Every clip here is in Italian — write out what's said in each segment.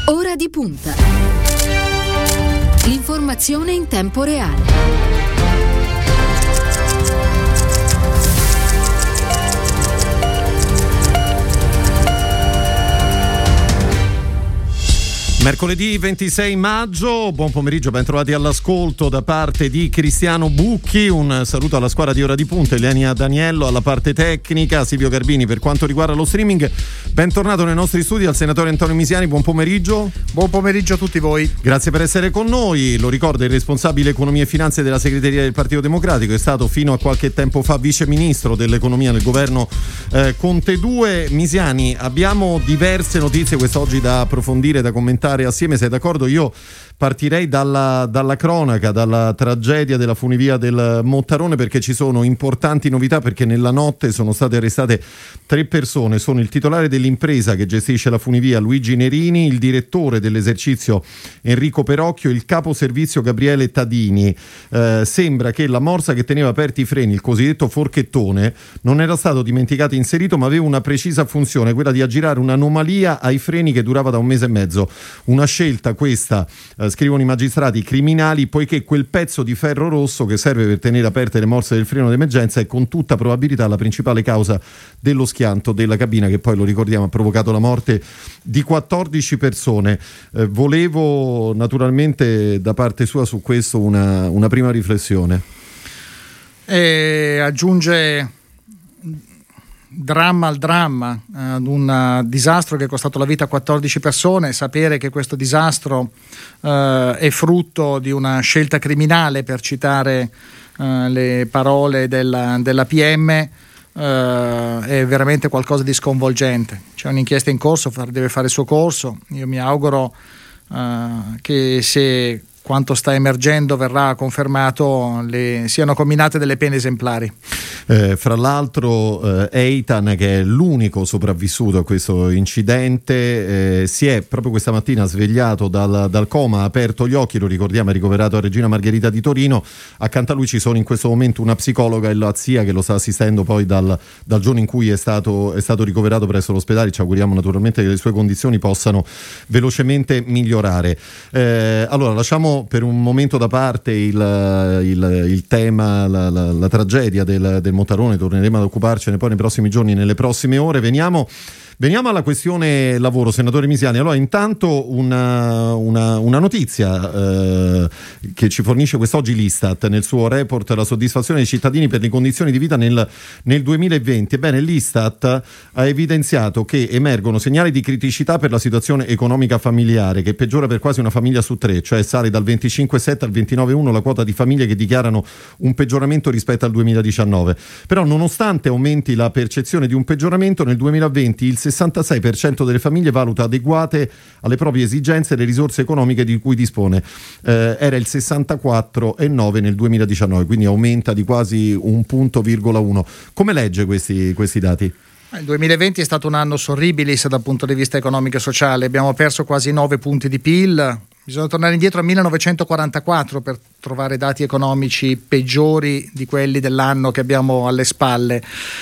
Ora di punta. L'informazione in tempo reale. Mercoledì 26 maggio, buon pomeriggio, ben trovati all'ascolto da parte di Cristiano Bucchi. Un saluto alla squadra di Ora di Punta, Elenia Daniello alla parte tecnica, Silvio Garbini per quanto riguarda lo streaming. Bentornato nei nostri studi al senatore Antonio Misiani, buon pomeriggio. Buon pomeriggio a tutti voi. Grazie per essere con noi. Lo ricorda il responsabile economia e finanze della segreteria del Partito Democratico, è stato fino a qualche tempo fa vice ministro dell'economia nel governo Conte 2. Misiani, abbiamo diverse notizie quest'oggi da approfondire, da commentare assieme, sei d'accordo? Io partirei dalla cronaca, dalla tragedia della funivia del Mottarone, perché ci sono importanti novità, perché nella notte sono state arrestate 3 persone. Sono il titolare dell'impresa che gestisce la funivia, Luigi Nerini, il direttore dell'esercizio Enrico Perocchio, il capo servizio Gabriele Tadini. Sembra che la morsa che teneva aperti i freni, il cosiddetto forchettone, non era stato dimenticato inserito, ma aveva una precisa funzione, quella di aggirare un'anomalia ai freni che durava da 1 mese e mezzo. Una scelta questa, scrivono i magistrati criminali, poiché quel pezzo di ferro rosso che serve per tenere aperte le morse del freno d'emergenza è con tutta probabilità la principale causa dello schianto della cabina, che poi, lo ricordiamo, ha provocato la morte di 14 persone. Volevo naturalmente da parte sua su questo una prima riflessione. Aggiunge dramma al dramma, ad un disastro che è costato la vita a 14 persone. Sapere che questo disastro è frutto di una scelta criminale, per citare le parole della PM, è veramente qualcosa di sconvolgente. C'è un'inchiesta in corso, deve fare il suo corso. Io mi auguro che, se quanto sta emergendo verrà confermato, siano comminate delle pene esemplari. Fra l'altro Eitan, che è l'unico sopravvissuto a questo incidente, si è proprio questa mattina svegliato dal coma, ha aperto gli occhi, lo ricordiamo, è ricoverato a Regina Margherita di Torino. Accanto a lui ci sono in questo momento una psicologa e la zia che lo sta assistendo poi dal giorno in cui è stato ricoverato presso l'ospedale. Ci auguriamo naturalmente che le sue condizioni possano velocemente migliorare. Allora, lasciamo per un momento da parte il tema, la tragedia del Mottarone. Torneremo ad occuparcene poi nei prossimi giorni, nelle prossime ore. Veniamo alla questione lavoro, senatore Misiani. Allora, intanto una notizia che ci fornisce quest'oggi l'Istat nel suo report La soddisfazione dei cittadini per le condizioni di vita nel 2020. Ebbene, l'Istat ha evidenziato che emergono segnali di criticità per la situazione economica familiare, che peggiora per quasi una famiglia su 3, cioè sale dal 25,7 al 29,1 la quota di famiglie che dichiarano un peggioramento rispetto al 2019. Però, nonostante aumenti la percezione di un peggioramento, nel 2020 il 66% delle famiglie valuta adeguate alle proprie esigenze le risorse economiche di cui dispone. Era il 64,9 nel 2019, quindi aumenta di quasi 1,1 punti. Come legge questi dati? Il 2020 è stato un anno sorribilis dal punto di vista economico e sociale. Abbiamo perso quasi 9 punti di PIL. Bisogna tornare indietro al 1944 per trovare dati economici peggiori di quelli dell'anno che abbiamo alle spalle.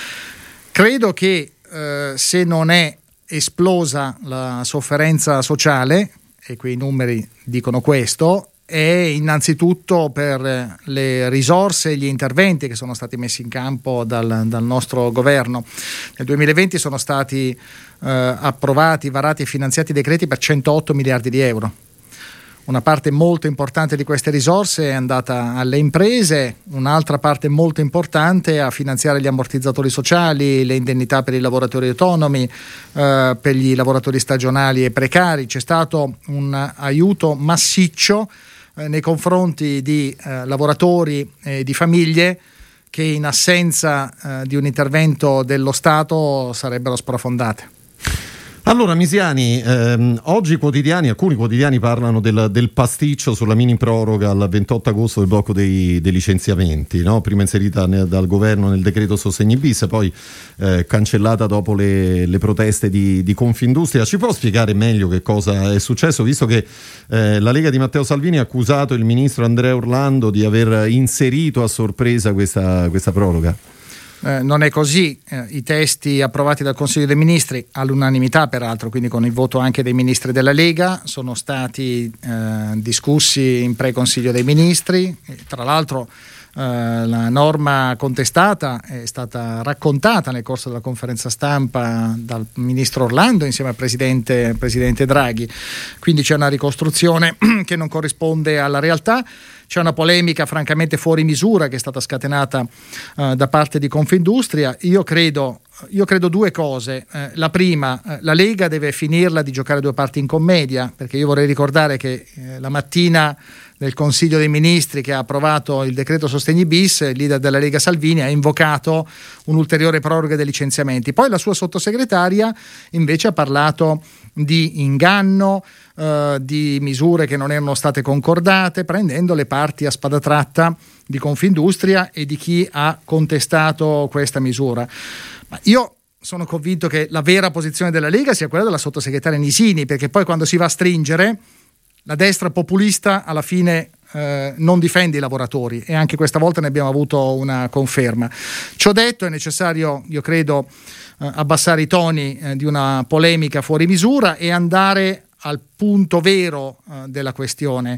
Credo che se non è esplosa la sofferenza sociale, e quei numeri dicono questo, è innanzitutto per le risorse e gli interventi che sono stati messi in campo dal nostro governo. Nel 2020 sono stati approvati, varati e finanziati decreti per 108 miliardi di euro. Una parte molto importante di queste risorse è andata alle imprese, un'altra parte molto importante a finanziare gli ammortizzatori sociali, le indennità per i lavoratori autonomi, per gli lavoratori stagionali e precari. C'è stato un aiuto massiccio nei confronti di lavoratori e di famiglie che, in assenza di un intervento dello Stato, sarebbero sprofondate. Allora, Misiani, oggi alcuni quotidiani parlano del pasticcio sulla mini proroga al 28 agosto del blocco dei licenziamenti, no? Prima inserita dal governo nel decreto sostegni bis, poi cancellata dopo le proteste di Confindustria. Ci può spiegare meglio che cosa è successo, visto che la Lega di Matteo Salvini ha accusato il ministro Andrea Orlando di aver inserito a sorpresa questa proroga? Non è così. I testi approvati dal Consiglio dei Ministri, all'unanimità peraltro, quindi con il voto anche dei ministri della Lega, sono stati discussi in pre-Consiglio dei Ministri. Tra l'altro la norma contestata è stata raccontata nel corso della conferenza stampa dal ministro Orlando insieme al presidente Draghi, quindi c'è una ricostruzione che non corrisponde alla realtà. C'è una polemica francamente fuori misura che è stata scatenata da parte di Confindustria. Io credo due cose. La prima, la Lega deve finirla di giocare due parti in commedia, perché io vorrei ricordare che la mattina del Consiglio dei Ministri che ha approvato il decreto sostegni bis, il leader della Lega Salvini ha invocato un'ulteriore proroga dei licenziamenti. Poi la sua sottosegretaria invece ha parlato di inganno, di misure che non erano state concordate, prendendo le parti a spada tratta di Confindustria e di chi ha contestato questa misura. Ma io sono convinto che la vera posizione della Lega sia quella della sottosegretaria Nisini, perché poi quando si va a stringere, la destra populista alla fine non difende i lavoratori, e anche questa volta ne abbiamo avuto una conferma. Ciò detto, è necessario, io credo, abbassare i toni di una polemica fuori misura e andare al punto vero della questione.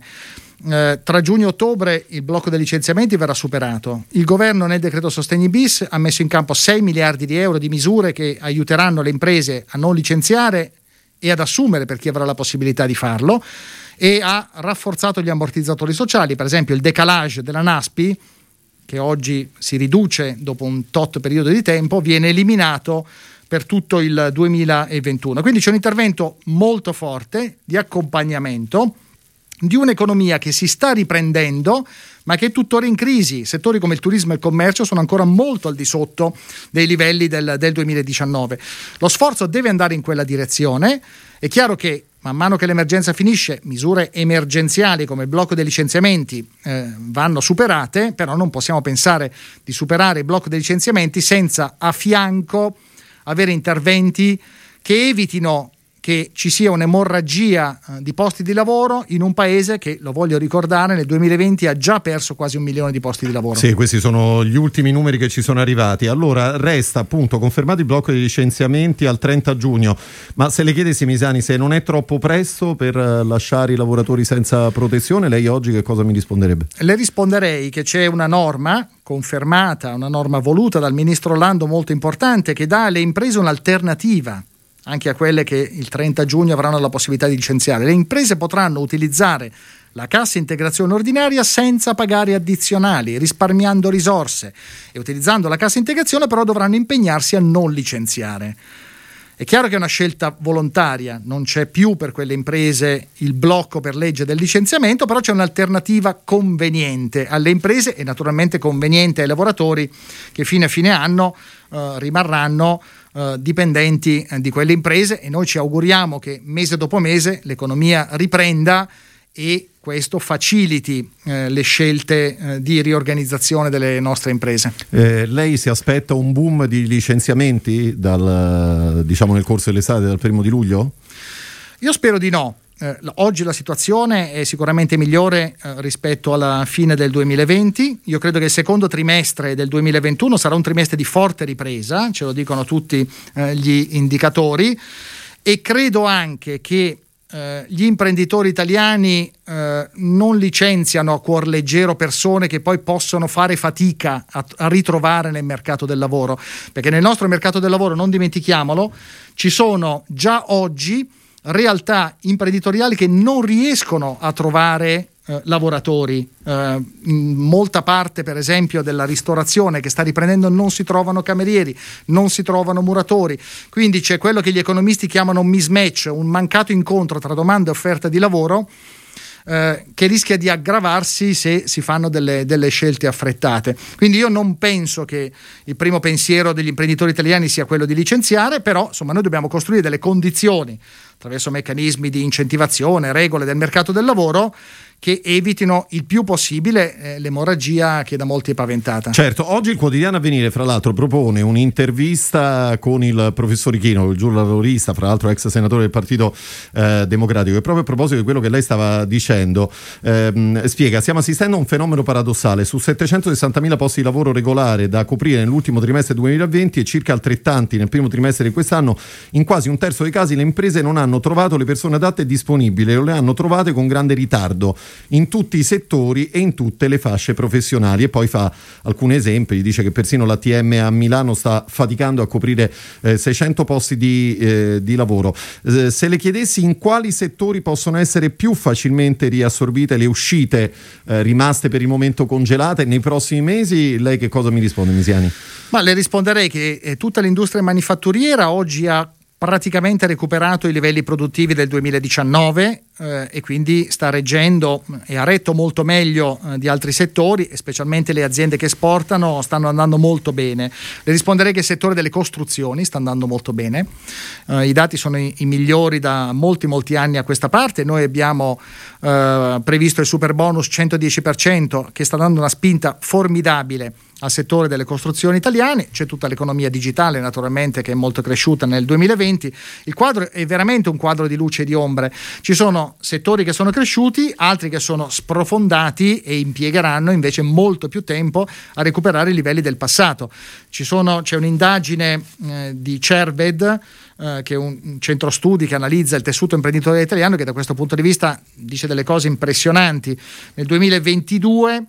Tra giugno e ottobre il blocco dei licenziamenti verrà superato. Il governo nel decreto sostegni bis ha messo in campo 6 miliardi di euro di misure che aiuteranno le imprese a non licenziare e ad assumere per chi avrà la possibilità di farlo, e ha rafforzato gli ammortizzatori sociali. Per esempio il decalage della Naspi, che oggi si riduce dopo un tot periodo di tempo, viene eliminato per tutto il 2021. Quindi c'è un intervento molto forte di accompagnamento di un'economia che si sta riprendendo ma che è tuttora in crisi. Settori come il turismo e il commercio sono ancora molto al di sotto dei livelli del 2019. Lo sforzo deve andare in quella direzione. È chiaro che man mano che l'emergenza finisce, misure emergenziali come il blocco dei licenziamenti vanno superate, però non possiamo pensare di superare il blocco dei licenziamenti senza a fianco avere interventi che evitino che ci sia un'emorragia di posti di lavoro in un paese che, lo voglio ricordare, nel 2020 ha già perso quasi 1 milione di posti di lavoro. Sì, questi sono gli ultimi numeri che ci sono arrivati. Allora resta appunto confermato il blocco dei licenziamenti al 30 giugno, ma se le chiedessi, Misani, se non è troppo presto per lasciare i lavoratori senza protezione, lei oggi che cosa mi risponderebbe? Le risponderei che c'è una norma confermata, una norma voluta dal ministro Orlando molto importante, che dà alle imprese un'alternativa anche a quelle che il 30 giugno avranno la possibilità di licenziare. Le imprese potranno utilizzare la cassa integrazione ordinaria senza pagare addizionali, risparmiando risorse, e utilizzando la cassa integrazione però dovranno impegnarsi a non licenziare. È chiaro che è una scelta volontaria, non c'è più per quelle imprese il blocco per legge del licenziamento, però c'è un'alternativa conveniente alle imprese e naturalmente conveniente ai lavoratori che fine a fine anno rimarranno dipendenti di quelle imprese, e noi ci auguriamo che mese dopo mese l'economia riprenda e questo faciliti le scelte di riorganizzazione delle nostre imprese. Lei si aspetta un boom di licenziamenti nel corso dell'estate, dal 1 di luglio? Io spero di no. Oggi la situazione è sicuramente migliore rispetto alla fine del 2020. Io credo che il secondo trimestre del 2021 sarà un trimestre di forte ripresa, ce lo dicono tutti gli indicatori, e credo anche che gli imprenditori italiani non licenziano a cuor leggero persone che poi possono fare fatica a ritrovare nel mercato del lavoro, perché nel nostro mercato del lavoro, non dimentichiamolo, ci sono già oggi realtà imprenditoriali che non riescono a trovare lavoratori. In molta parte, per esempio, della ristorazione che sta riprendendo non si trovano camerieri, non si trovano muratori, quindi c'è quello che gli economisti chiamano un mismatch, un mancato incontro tra domanda e offerta di lavoro che rischia di aggravarsi se si fanno delle scelte affrettate. Quindi io non penso che il primo pensiero degli imprenditori italiani sia quello di licenziare, però insomma noi dobbiamo costruire delle condizioni attraverso meccanismi di incentivazione, regole del mercato del lavoro che evitino il più possibile l'emorragia che da molti è paventata. Certo, oggi il quotidiano Avvenire fra l'altro propone un'intervista con il professor Ichino, il giornalista, fra l'altro ex senatore del Partito Democratico, e proprio a proposito di quello che lei stava dicendo spiega: stiamo assistendo a un fenomeno paradossale: su 760.000 posti di lavoro regolare da coprire nell'ultimo trimestre 2020 e circa altrettanti nel primo trimestre di quest'anno, in quasi un terzo dei casi le imprese non hanno trovato le persone adatte e disponibili, o le hanno trovate con grande ritardo in tutti i settori e in tutte le fasce professionali. E poi fa alcuni esempi, dice che persino l'ATM a Milano sta faticando a coprire 600 posti di lavoro. Se le chiedessi in quali settori possono essere più facilmente riassorbite le uscite rimaste per il momento congelate nei prossimi mesi, lei che cosa mi risponde, Misiani? Ma le risponderei che tutta l'industria manifatturiera oggi ha praticamente recuperato i livelli produttivi del 2019 e quindi sta reggendo e ha retto molto meglio di altri settori, e specialmente le aziende che esportano stanno andando molto bene. Le risponderei che il settore delle costruzioni sta andando molto bene, i dati sono i migliori da molti anni a questa parte. Noi abbiamo previsto il super bonus 110% che sta dando una spinta formidabile al settore delle costruzioni italiane. C'è tutta l'economia digitale naturalmente che è molto cresciuta nel 2020. Il quadro è veramente un quadro di luce e di ombre. Ci sono settori che sono cresciuti, altri che sono sprofondati e impiegheranno invece molto più tempo a recuperare i livelli del passato. C'è un'indagine di Cerved, che è un centro studi che analizza il tessuto imprenditoriale italiano, che da questo punto di vista dice delle cose impressionanti. Nel 2022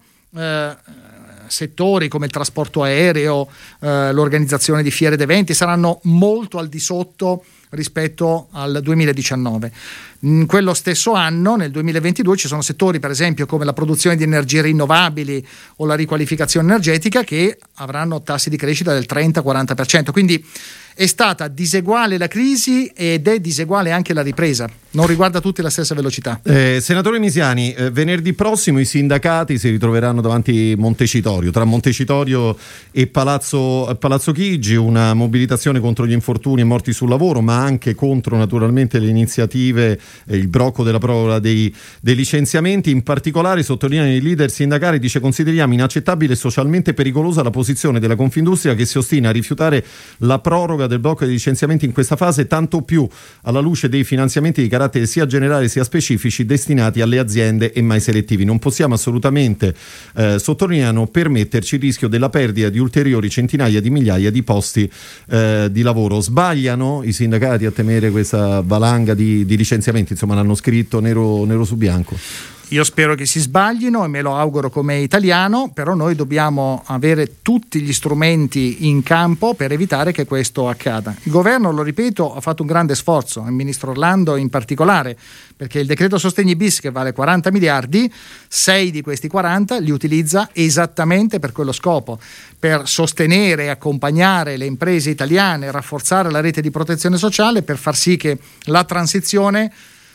settori come il trasporto aereo, l'organizzazione di fiere ed eventi saranno molto al di sotto rispetto al 2019. In quello stesso anno, nel 2022, ci sono settori per esempio come la produzione di energie rinnovabili o la riqualificazione energetica che avranno tassi di crescita del 30-40%. Quindi è stata diseguale la crisi ed è diseguale anche la ripresa, non riguarda tutti la stessa velocità. Senatore Misiani, venerdì prossimo i sindacati si ritroveranno davanti Montecitorio, tra Montecitorio e Palazzo Chigi, una mobilitazione contro gli infortuni e morti sul lavoro, ma anche contro naturalmente le iniziative, il blocco della proroga dei licenziamenti. In particolare sottolineano i leader sindacali, dice: consideriamo inaccettabile e socialmente pericolosa la posizione della Confindustria che si ostina a rifiutare la proroga del blocco dei licenziamenti in questa fase, tanto più alla luce dei finanziamenti di carattere sia generale sia specifici destinati alle aziende e mai selettivi. Non possiamo assolutamente, sottolineano, permetterci il rischio della perdita di ulteriori centinaia di migliaia di posti di lavoro. Sbagliano i sindacati a temere questa valanga di licenziamenti? Insomma, l'hanno scritto nero su bianco. Io spero che si sbaglino e me lo auguro come italiano, però noi dobbiamo avere tutti gli strumenti in campo per evitare che questo accada. Il governo, lo ripeto, ha fatto un grande sforzo, il ministro Orlando in particolare, perché il decreto sostegni bis, che vale 40 miliardi, 6 di questi 40 li utilizza esattamente per quello scopo, per sostenere e accompagnare le imprese italiane, rafforzare la rete di protezione sociale, per far sì che la transizione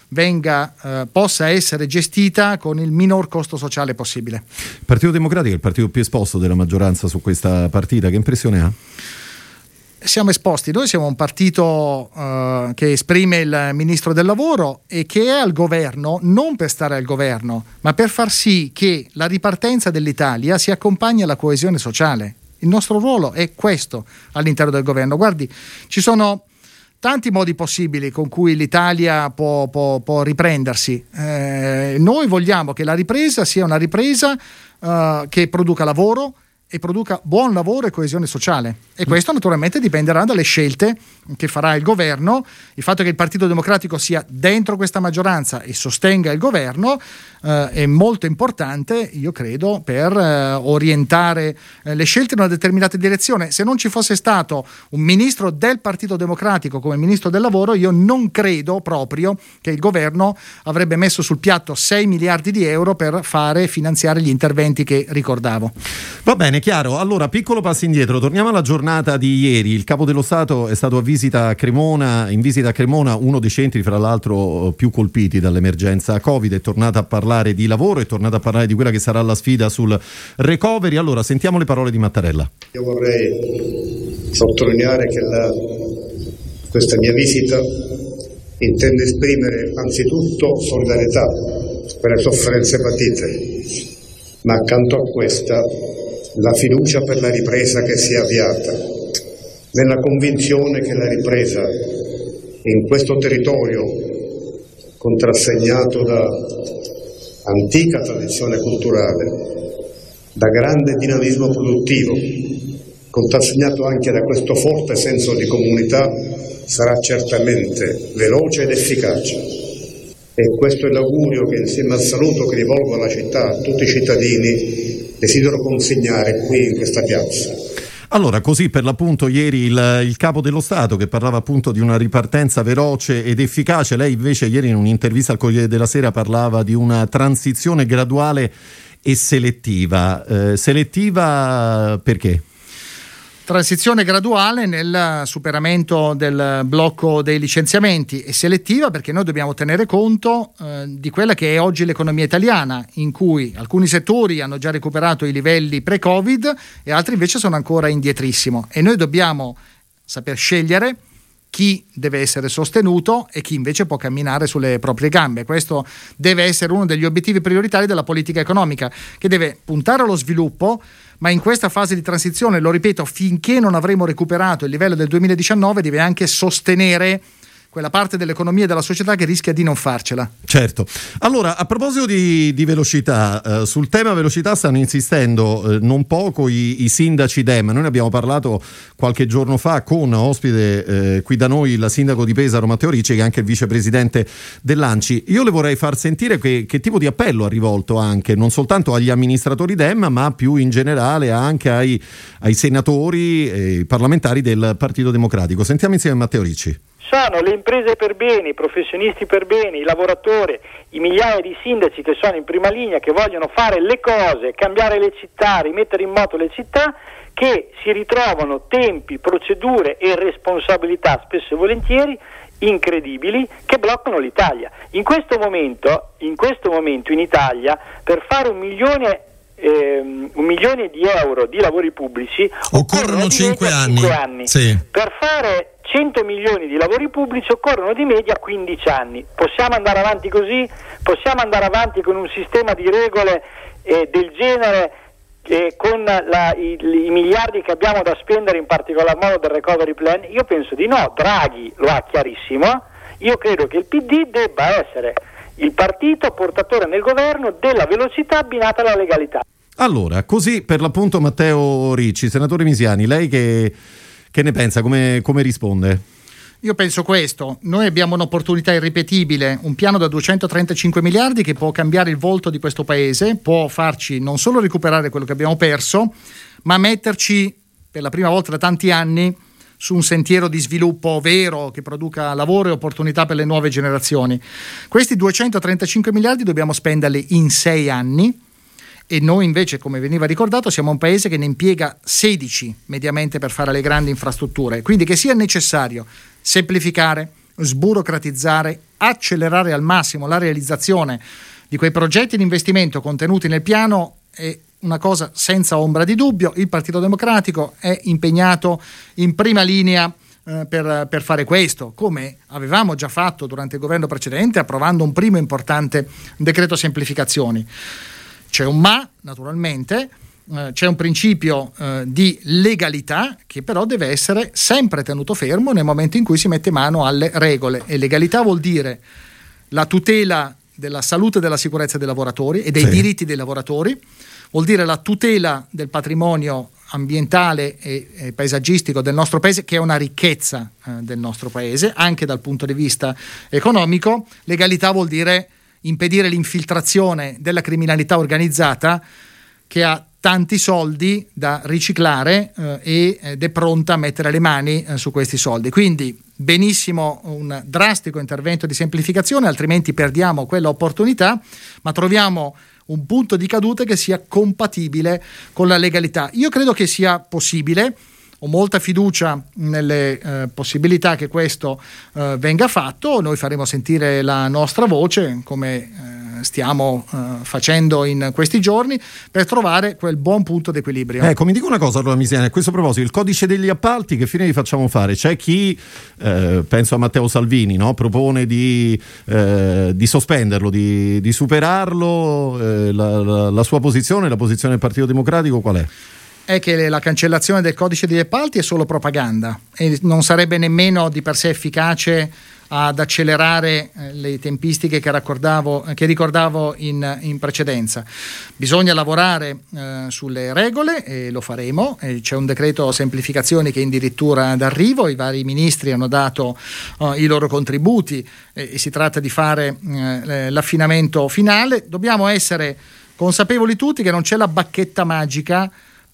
possa essere gestita con il minor costo sociale possibile. Il Partito Democratico è il partito più esposto della maggioranza su questa partita, che impressione ha? Siamo esposti, noi siamo un partito che esprime il ministro del lavoro e che è al governo non per stare al governo, ma per far sì che la ripartenza dell'Italia si accompagni alla coesione sociale. Il nostro ruolo è questo all'interno del governo. Guardi, ci sono tanti modi possibili con cui l'Italia può riprendersi. Noi vogliamo che la ripresa sia una ripresa che produca lavoro e produca buon lavoro e coesione sociale, e questo naturalmente dipenderà dalle scelte che farà il governo. Il fatto che il Partito Democratico sia dentro questa maggioranza e sostenga il governo è molto importante, io credo, per orientare le scelte in una determinata direzione. Se non ci fosse stato un ministro del Partito Democratico come ministro del lavoro, io non credo proprio che il governo avrebbe messo sul piatto 6 miliardi di euro per fare finanziare gli interventi che ricordavo. Va bene, chiaro. Allora, piccolo passo indietro, torniamo alla giornata di ieri. Il Capo dello Stato è stato in visita a Cremona, uno dei centri fra l'altro più colpiti dall'emergenza Covid. È tornato a parlare di lavoro, è tornato a parlare di quella che sarà la sfida sul recovery. Allora, sentiamo le parole di Mattarella. Io vorrei sottolineare che questa mia visita intende esprimere anzitutto solidarietà per le sofferenze patite, ma accanto a questa la fiducia per la ripresa che si è avviata, nella convinzione che la ripresa in questo territorio contrassegnato da antica tradizione culturale, da grande dinamismo produttivo, contrassegnato anche da questo forte senso di comunità, sarà certamente veloce ed efficace. E questo è l'augurio che, insieme al saluto che rivolgo alla città, a tutti i cittadini, desidero consegnare qui in questa piazza. Allora, così per l'appunto ieri il Capo dello Stato, che parlava appunto di una ripartenza veloce ed efficace. Lei invece ieri in un'intervista al Corriere della Sera parlava di una transizione graduale e selettiva. Selettiva perché? Transizione graduale nel superamento del blocco dei licenziamenti, e selettiva perché noi dobbiamo tenere conto di quella che è oggi l'economia italiana, in cui alcuni settori hanno già recuperato i livelli pre-Covid e altri invece sono ancora indietrissimo, e noi dobbiamo saper scegliere chi deve essere sostenuto e chi invece può camminare sulle proprie gambe. Questo deve essere uno degli obiettivi prioritari della politica economica, che deve puntare allo sviluppo, ma in questa fase di transizione, lo ripeto, finché non avremo recuperato il livello del 2019, deve anche sostenere quella parte dell'economia e della società che rischia di non farcela. Certo. Allora, a proposito di velocità, sul tema velocità stanno insistendo non poco i sindaci Dem. Noi ne abbiamo parlato qualche giorno fa con ospite qui da noi il sindaco di Pesaro Matteo Ricci, che è anche il vicepresidente dell'ANCI. Io le vorrei far sentire che tipo di appello ha rivolto anche, non soltanto agli amministratori Dem, ma più in generale anche ai senatori e parlamentari del Partito Democratico. Sentiamo insieme Matteo Ricci. Sono le imprese per bene, i professionisti per bene, i lavoratori, i migliaia di sindaci che sono in prima linea, che vogliono fare le cose, cambiare le città, rimettere in moto le città, che si ritrovano tempi, procedure e responsabilità spesso e volentieri incredibili, che bloccano l'Italia. In questo momento in Italia, per fare 1 milione di euro di lavori pubblici occorrono 5 anni. Sì. Per fare 100 milioni di lavori pubblici occorrono di media 15 anni. Possiamo andare avanti così? Possiamo andare avanti con un sistema di regole del genere, con i miliardi che abbiamo da spendere, in particolar modo del recovery plan? Io penso di no. Draghi lo ha chiarissimo. Io credo che il PD debba essere il partito portatore nel governo della velocità abbinata alla legalità. Allora, così per l'appunto Matteo Ricci, senatore Misiani, lei che ne pensa? Come risponde? Io penso questo: noi abbiamo un'opportunità irripetibile, un piano da 235 miliardi che può cambiare il volto di questo paese, può farci non solo recuperare quello che abbiamo perso, ma metterci per la prima volta da tanti anni su un sentiero di sviluppo vero che produca lavoro e opportunità per le nuove generazioni. Questi 235 miliardi dobbiamo spenderli in 6 anni, e noi invece, come veniva ricordato, siamo un paese che ne impiega 16 mediamente per fare le grandi infrastrutture. Quindi che sia necessario semplificare, sburocratizzare, accelerare al massimo la realizzazione di quei progetti di investimento contenuti nel piano è una cosa senza ombra di dubbio. Il Partito Democratico è impegnato in prima linea per fare questo, come avevamo già fatto durante il governo precedente, approvando un primo importante decreto semplificazioni. C'è un ma, naturalmente, c'è un principio di legalità che però deve essere sempre tenuto fermo nel momento in cui si mette mano alle regole, e legalità vuol dire la tutela della salute e della sicurezza dei lavoratori e dei diritti dei lavoratori, vuol dire la tutela del patrimonio ambientale e paesaggistico del nostro paese, che è una ricchezza del nostro paese anche dal punto di vista economico. Legalità vuol dire impedire l'infiltrazione della criminalità organizzata, che ha tanti soldi da riciclare ed è pronta a mettere le mani su questi soldi. Quindi benissimo un drastico intervento di semplificazione, altrimenti perdiamo quella opportunità, ma troviamo un punto di caduta che sia compatibile con la legalità. Io credo che sia possibile, ho molta fiducia nelle possibilità che questo venga fatto. Noi faremo sentire la nostra voce, come stiamo facendo in questi giorni per trovare quel buon punto d'equilibrio. Ecco, mi dico una cosa allora, Misiani, a questo proposito, il codice degli appalti che fine gli facciamo fare? C'è chi, penso a Matteo Salvini, no? Propone di sospenderlo, di superarlo, la sua posizione, la posizione del Partito Democratico qual è? È che la cancellazione del codice degli appalti è solo propaganda e non sarebbe nemmeno di per sé efficace ad accelerare le tempistiche che ricordavo in precedenza. Bisogna lavorare sulle regole e lo faremo. C'è un decreto semplificazioni che è addirittura d'arrivo, i vari ministri hanno dato i loro contributi e si tratta di fare l'affinamento finale. Dobbiamo essere consapevoli tutti che non c'è la bacchetta magica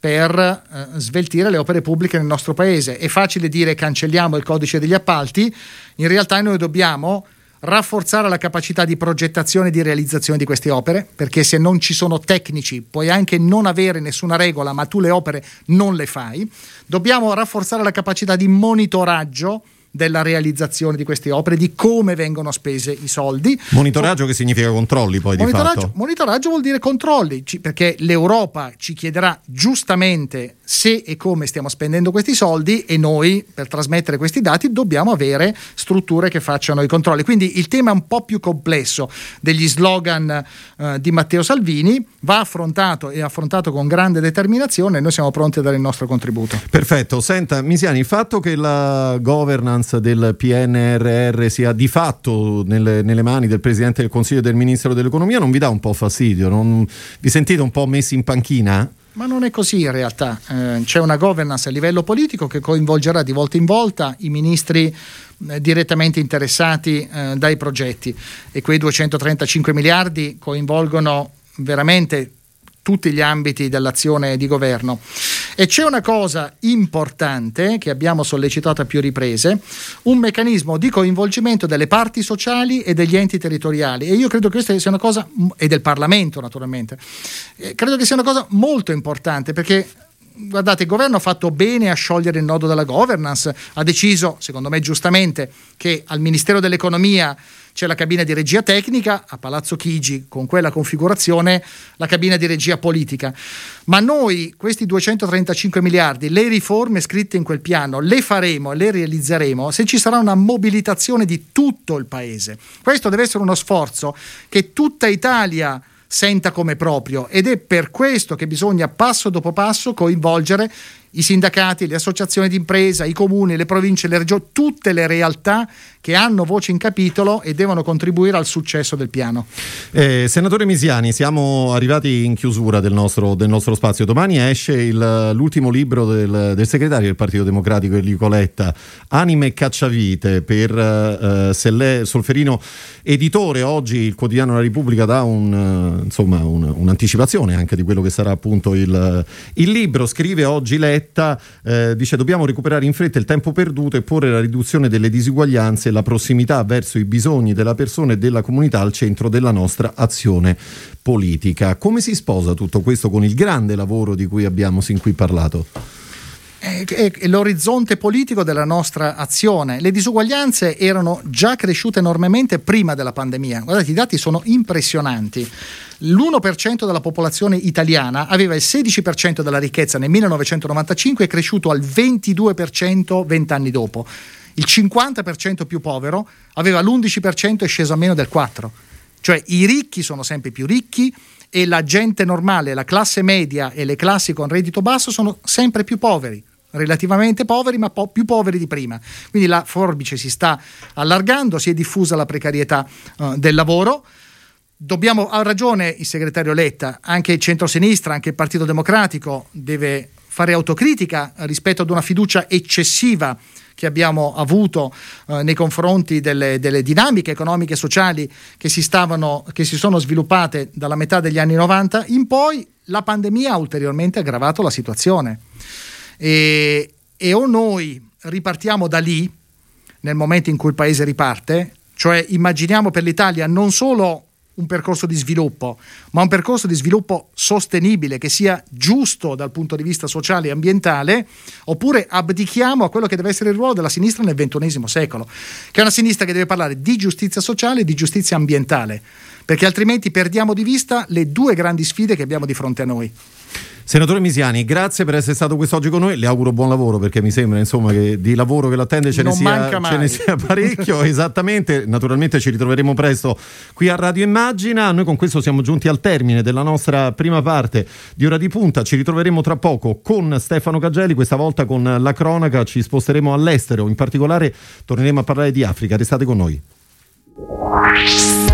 per sveltire le opere pubbliche nel nostro paese. È facile dire cancelliamo il codice degli appalti, in realtà noi dobbiamo rafforzare la capacità di progettazione e di realizzazione di queste opere, perché se non ci sono tecnici puoi anche non avere nessuna regola, ma tu le opere non le fai. Dobbiamo rafforzare la capacità di monitoraggio della realizzazione di queste opere, di come vengono spese i soldi. Monitoraggio che significa controlli poi di fatto? Monitoraggio vuol dire controlli, perché l'Europa ci chiederà giustamente se e come stiamo spendendo questi soldi e noi per trasmettere questi dati dobbiamo avere strutture che facciano i controlli. Quindi il tema è un po' più complesso degli slogan di Matteo Salvini, va affrontato e affrontato con grande determinazione e noi siamo pronti a dare il nostro contributo. Perfetto. Senta Misiani, il fatto che la governance del PNRR sia di fatto nelle mani del Presidente del Consiglio e del Ministro dell'Economia non vi dà un po' fastidio? Non vi sentite un po' messi in panchina? Ma non è così in realtà, c'è una governance a livello politico che coinvolgerà di volta in volta i ministri direttamente interessati dai progetti e quei 235 miliardi coinvolgono veramente tutti gli ambiti dell'azione di governo. E c'è una cosa importante che abbiamo sollecitato a più riprese, un meccanismo di coinvolgimento delle parti sociali e degli enti territoriali, e io credo che questa sia una cosa, e del Parlamento naturalmente, credo che sia una cosa molto importante, perché guardate, il governo ha fatto bene a sciogliere il nodo della governance, ha deciso, secondo me giustamente, che al Ministero dell'Economia c'è la cabina di regia tecnica, a Palazzo Chigi con quella configurazione la cabina di regia politica, ma noi questi 235 miliardi, le riforme scritte in quel piano le faremo e le realizzeremo se ci sarà una mobilitazione di tutto il paese. Questo deve essere uno sforzo che tutta Italia senta come proprio ed è per questo che bisogna passo dopo passo coinvolgere i sindacati, le associazioni di impresa, i comuni, le province, le regioni, tutte le realtà che hanno voce in capitolo e devono contribuire al successo del piano. Senatore Misiani, siamo arrivati in chiusura del nostro spazio. Domani esce l'ultimo libro del segretario del Partito Democratico Enrico Letta, Anime e cacciavite, per Solferino Editore. Oggi il quotidiano La Repubblica dà un'anticipazione anche di quello che sarà appunto il libro. Scrive oggi Letta, dice: dobbiamo recuperare in fretta il tempo perduto e porre la riduzione delle disuguaglianze e la prossimità verso i bisogni della persona e della comunità al centro della nostra azione politica. Come si sposa tutto questo con il grande lavoro di cui abbiamo sin qui parlato? È l'orizzonte politico della nostra azione. Le disuguaglianze erano già cresciute enormemente prima della pandemia. Guardate, i dati sono impressionanti. L'1% della popolazione italiana aveva il 16% della ricchezza nel 1995 e è cresciuto al 22% 20 anni dopo. Il 50% più povero aveva l'11% e è sceso a meno del 4%. Cioè i ricchi sono sempre più ricchi e la gente normale, la classe media e le classi con reddito basso sono sempre più poveri, relativamente poveri ma più poveri di prima. Quindi la forbice si sta allargando, si è diffusa la precarietà del lavoro. Ha ragione il segretario Letta, anche il centro-sinistra, anche il Partito Democratico deve fare autocritica rispetto ad una fiducia eccessiva che abbiamo avuto nei confronti delle dinamiche economiche e sociali che si sono sviluppate dalla metà degli anni 90 in poi. La pandemia ha ulteriormente aggravato la situazione e o noi ripartiamo da lì nel momento in cui il paese riparte, cioè immaginiamo per l'Italia non solo un percorso di sviluppo, ma un percorso di sviluppo sostenibile che sia giusto dal punto di vista sociale e ambientale, oppure abdichiamo a quello che deve essere il ruolo della sinistra nel XXI secolo, che è una sinistra che deve parlare di giustizia sociale e di giustizia ambientale, perché altrimenti perdiamo di vista le due grandi sfide che abbiamo di fronte a noi. Senatore Misiani, grazie per essere stato quest'oggi con noi, le auguro buon lavoro, perché mi sembra insomma che di lavoro che l'attende ce ne sia parecchio. Esattamente, naturalmente ci ritroveremo presto qui a Radio Immagina. Noi con questo siamo giunti al termine della nostra prima parte di Ora di Punta, ci ritroveremo tra poco con Stefano Caggelli, questa volta con la cronaca, ci sposteremo all'estero, in particolare torneremo a parlare di Africa, restate con noi.